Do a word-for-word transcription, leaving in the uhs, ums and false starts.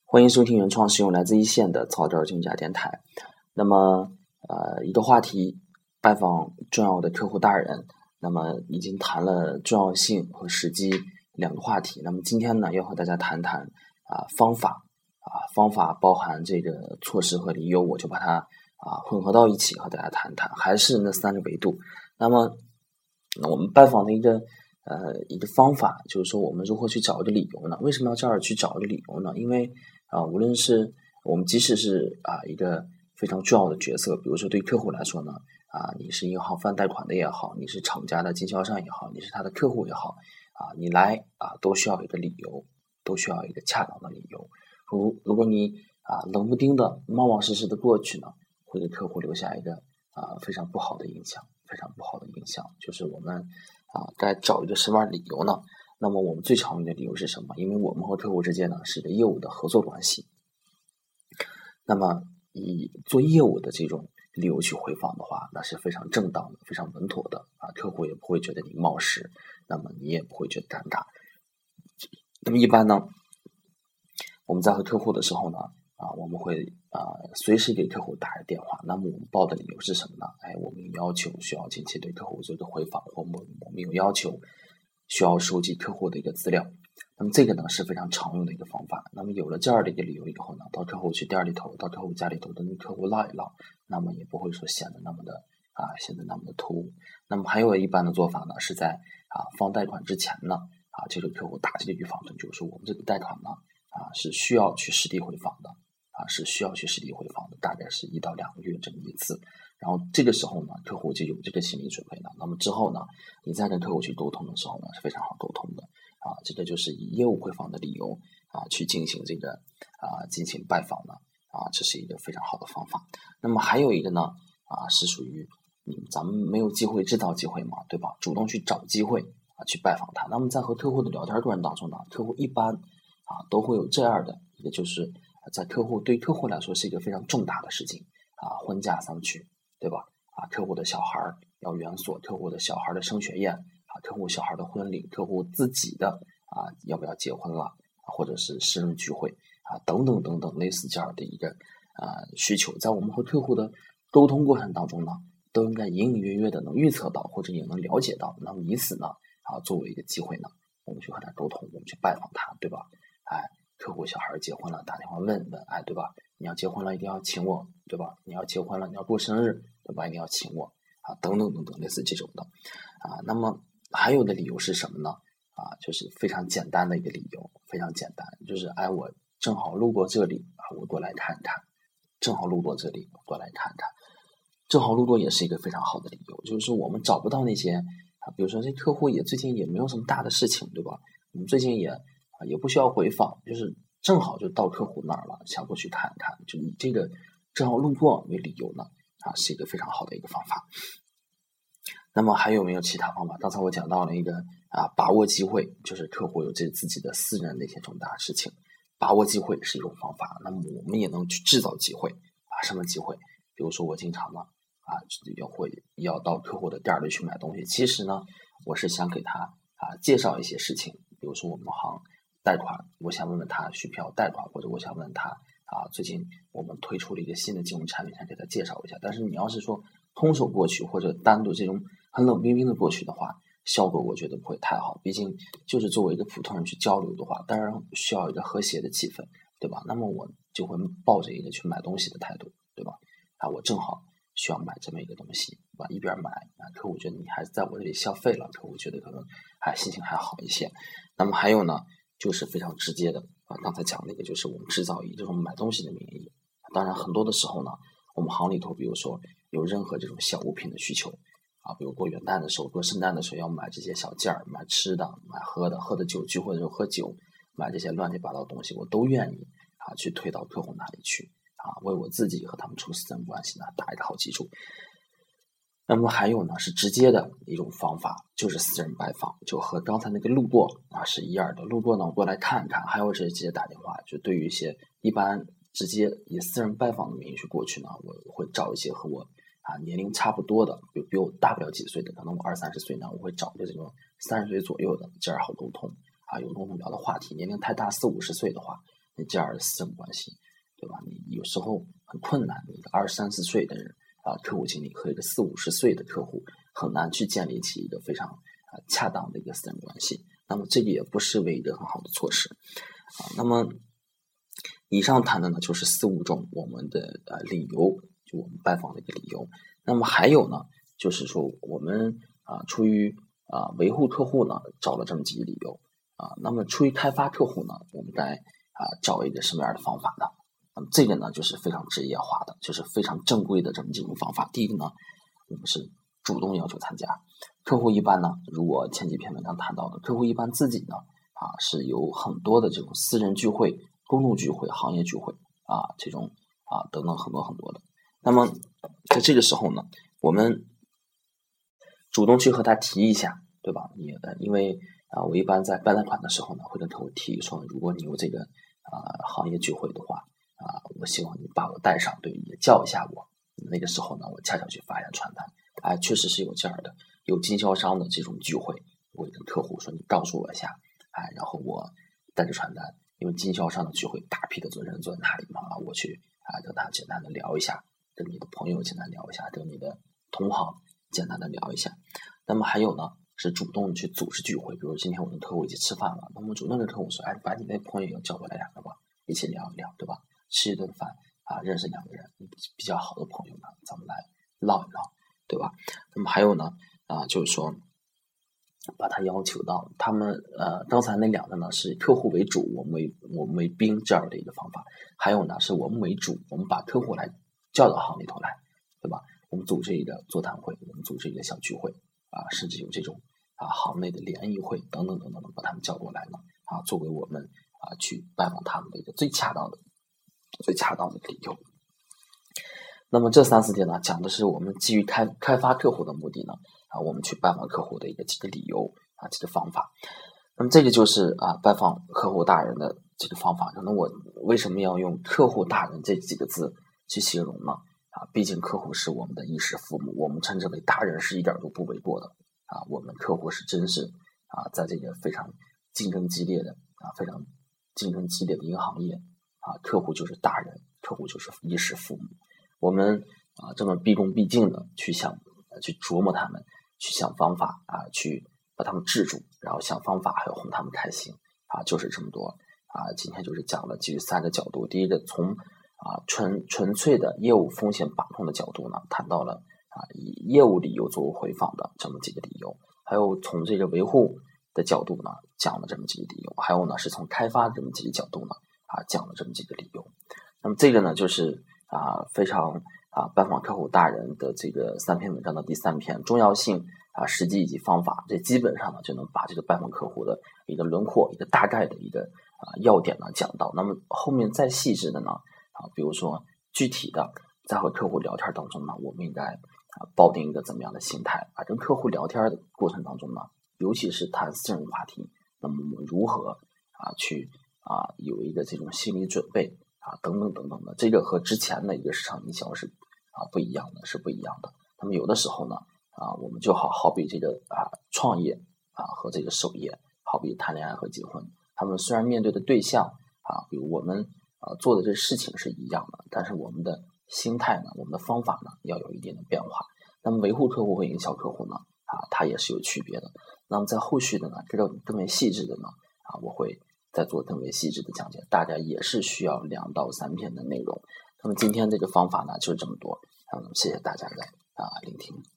欢迎收听原创实用来自一线的草根竞价电台。那么，呃，一个话题，拜访重要的客户大人。那么已经谈了重要性和时机两个话题。那么今天呢，要和大家谈谈啊、呃、方法啊、呃、方法包含这个措施和理由，我就把它啊、呃、混合到一起和大家谈谈，还是那三个维度。那么我们拜访的一个呃一个方法，就是说我们如何去找一个理由呢？为什么要这样去找一个理由呢？因为啊、呃，无论是我们即使是啊、呃、一个非常重要的角色，比如说对客户来说呢。啊，你是银行放贷款的也好，你是厂家的经销商也好，你是他的客户也好，啊，你来啊都需要一个理由，都需要一个恰当的理由。如如果你啊冷不丁的冒冒失失的过去呢，会给客户留下一个啊非常不好的印象，非常不好的印象。就是我们啊该找一个什么样的理由呢？那么我们最常用的理由是什么？因为我们和客户之间呢是一个业务的合作关系。那么以做业务的这种理由去回访的话，那是非常正当的，非常稳妥的啊，客户也不会觉得你冒失，那么你也不会觉得尴尬。那么一般呢，我们在和客户的时候呢，啊，我们会啊随时给客户打一个电话。那么我们报的理由是什么呢？哎，我们有要求需要近期对客户做一个回访，或我们我们有要求需要收集客户的一个资料。那么这个呢是非常常用的一个方法。那么有了这样的一个理由以后呢，到客户去店里头，到客户家里头跟客户唠一唠，那么也不会说显得那么的啊，显得那么的突兀。那么还有一般的做法呢，是在啊放贷款之前呢，啊这个客户打这个预防针，就是说我们这个贷款呢啊是需要去实地回访的，啊是需要去实地回访的，大概是一到两个月这么一次。然后这个时候呢，客户就有这个心理准备了。那么之后呢，你再跟客户去沟通的时候呢，是非常好沟通的。啊，这个就是以业务回访的理由啊，去进行这个啊进行拜访的啊，这是一个非常好的方法。那么还有一个呢啊，是属于嗯，咱们没有机会制造机会嘛，对吧？主动去找机会啊，去拜访他。那么在和客户的聊天过程当中呢，客户一般啊都会有这样的，也就是在客户对客户来说是一个非常重大的事情啊，婚嫁丧娶，对吧？啊，客户的小孩要圆锁，客户的小孩的升学宴。啊，客户小孩的婚礼，客户自己的啊要不要结婚了，或者是私人聚会啊等等等等类似这样的一个啊需求，在我们和客户的沟通过程当中呢，都应该隐隐约约的能预测到，或者也能了解到。那么以此呢啊作为一个机会呢，我们去和他沟通，我们去拜访他，对吧？哎，客户小孩结婚了，打电话问问，哎，对吧？你要结婚了一定要请我，对吧？你要结婚了，你要过生日，对吧？一定要请我啊，等等等等类似这种的啊，那么。还有的理由是什么呢？啊，就是非常简单的一个理由，非常简单，就是哎，我正好路过这里啊，我过来看看。正好路过这里，我过来看看。正好路过也是一个非常好的理由，就是说我们找不到那些啊，比如说这客户也最近也没有什么大的事情，对吧？我们最近也啊也不需要回访，就是正好就到客户那儿了，想过去看看，就以这个正好路过为理由呢，啊，是一个非常好的一个方法。那么还有没有其他方法？刚才我讲到了一个啊，把握机会，就是客户有这自己的私人的一些重大事情，把握机会是一种方法。那么我们也能去制造机会啊，什么机会？比如说我经常呢啊，要会要到客户的店里去买东西，其实呢，我是想给他啊介绍一些事情，比如说我们行贷款，我想问问他需不需要贷款，或者我想问他啊，最近我们推出了一个新的金融产品，想给他介绍一下。但是你要是说空手过去，或者单独这种很冷冰冰的过去的话，效果我觉得不会太好。毕竟就是作为一个普通人去交流的话，当然需要一个和谐的气氛，对吧？那么我就会抱着一个去买东西的态度，对吧？啊，我正好需要买这么一个东西，对吧？一边买啊，客户觉得你还在我这里消费了，客户觉得可能还心情还好一些。那么还有呢，就是非常直接的啊，刚才讲那个就是我们制造以这种买东西的名义。当然很多的时候呢，我们行里头，比如说有任何这种小物品的需求啊，比如过元旦的时候、过圣诞的时候要买这些小件儿、买吃的、买喝的、喝的酒具或者是喝酒，买这些乱七八糟的东西，我都愿意啊去推到客户那里去啊，为我自己和他们处私人关系呢打一个好基础。那么还有呢，是直接的一种方法，就是私人拜访，就和刚才那个路过啊是一样的。路过呢，我过来看看，还有这直接打电话。就对于一些一般直接以私人拜访的名义去过去呢，我会找一些和我啊年龄差不多的，比比我大不了几岁的，可能我二三十岁呢，我会找一个这种三十岁左右的，这样好沟通啊，有共同聊的话题。年龄太大四五十岁的话这样的私人关系，对吧？你有时候很困难，一个二三十岁的人啊，客户经理和一个四五十岁的客户很难去建立起一个非常啊恰当的一个私人关系。那么这个也不失为一个很好的措施啊。那么以上谈的呢就是四五种我们的呃理由，就我们拜访的一个理由。那么还有呢，就是说我们啊出于啊维护客户呢找了这么几个理由啊。那么出于开发客户呢，我们该啊找一个什么样的方法呢？那么这个呢就是非常职业化的，就是非常正规的这么几种方法。第一个呢，我们是主动要求参加。客户一般呢，如果前几篇文章谈到的，客户一般自己呢啊是有很多的这种私人聚会、公众聚会、行业聚会啊这种啊等等很多很多的。那么在这个时候呢，我们主动去和他提一下，对吧？你呃因为啊我一般在办贷款的时候呢，会跟客户提说，如果你有这个啊行业聚会的话啊，我希望你把我带上，对，也叫一下我。那个时候呢，我恰巧去发一下传单，哎，确实是有这样的，有经销商的这种聚会，我跟客户说你告诉我一下，哎，然后我带着传单，因为经销商的聚会大批的做人坐在那里嘛，我去啊跟他简单的聊一下，跟你的朋友简单聊一下，跟你的同行简单的聊一下。那么还有呢，是主动去组织聚会，比如今天我跟客户一起吃饭了，那么主动跟客户说，哎，把你那朋友也叫过来两个吧，一起聊一聊，对吧？吃一顿饭啊，认识两个人比较好的朋友呢，咱们来唠一唠，对吧？那么还有呢啊，就是说把他要求到他们呃，刚才那两个呢是客户为主，我们为我们为宾这样的一个方法。还有呢是我们为主，我们把客户来叫到行里头来，对吧？我们组织一个座谈会，我们组织一个小聚会啊，甚至有这种啊行内的联谊会等等等等的，把他们叫过来呢啊，作为我们啊去拜访他们的一个最恰当的、最恰当的理由。那么这三四点呢，讲的是我们基于开开发客户的目的呢，啊，我们去拜访客户的一个几个理由啊，几个方法。那么这个就是啊，拜访客户大人的这个方法。那我为什么要用客户大人这几个字去形容呢？啊，毕竟客户是我们的衣食父母，我们称之为大人是一点都不为过的啊。我们客户是真是啊，在这个非常竞争激烈的啊，非常竞争激烈的一个行业啊，客户就是大人，客户就是衣食父母。我们啊这么毕恭毕敬的去想、呃、去琢磨他们，去想方法啊，去把他们制住，然后想方法还要哄他们开心啊，就是这么多啊。今天就是讲了基于三个角度，第一个从啊纯纯粹的业务风险把控的角度呢，谈到了啊以业务理由作为回访的这么几个理由，还有从这个维护的角度呢讲了这么几个理由，还有呢是从开发这么几个角度呢啊讲了这么几个理由。那么这个呢就是啊，非常啊，拜访客户大人的这个三篇文章的第三篇，重要性啊、时机以及方法，这基本上呢就能把这个拜访客户的一个轮廓、一个大概的一个啊要点呢讲到。那么后面再细致的呢啊，比如说具体的在和客户聊天当中呢，我们应该啊抱定一个怎么样的心态啊？跟客户聊天的过程当中呢，尤其是谈私人话题，那么我们如何啊去啊有一个这种心理准备？啊，等等等等的，这个和之前的一个市场营销是啊不一样的，是不一样的。那么有的时候呢，啊，我们就好好比这个啊创业啊和这个守业，好比谈恋爱和结婚，他们虽然面对的对象啊，比如我们啊做的这事情是一样的，但是我们的心态呢，我们的方法呢，要有一定的变化。那么维护客户和营销客户呢，啊，它也是有区别的。那么在后续的呢，这个更为细致的呢，啊，我会再做更为细致的讲解，大概也是需要两到三篇的内容。那么今天这个方法呢，就是这么多。嗯，谢谢大家的啊聆听。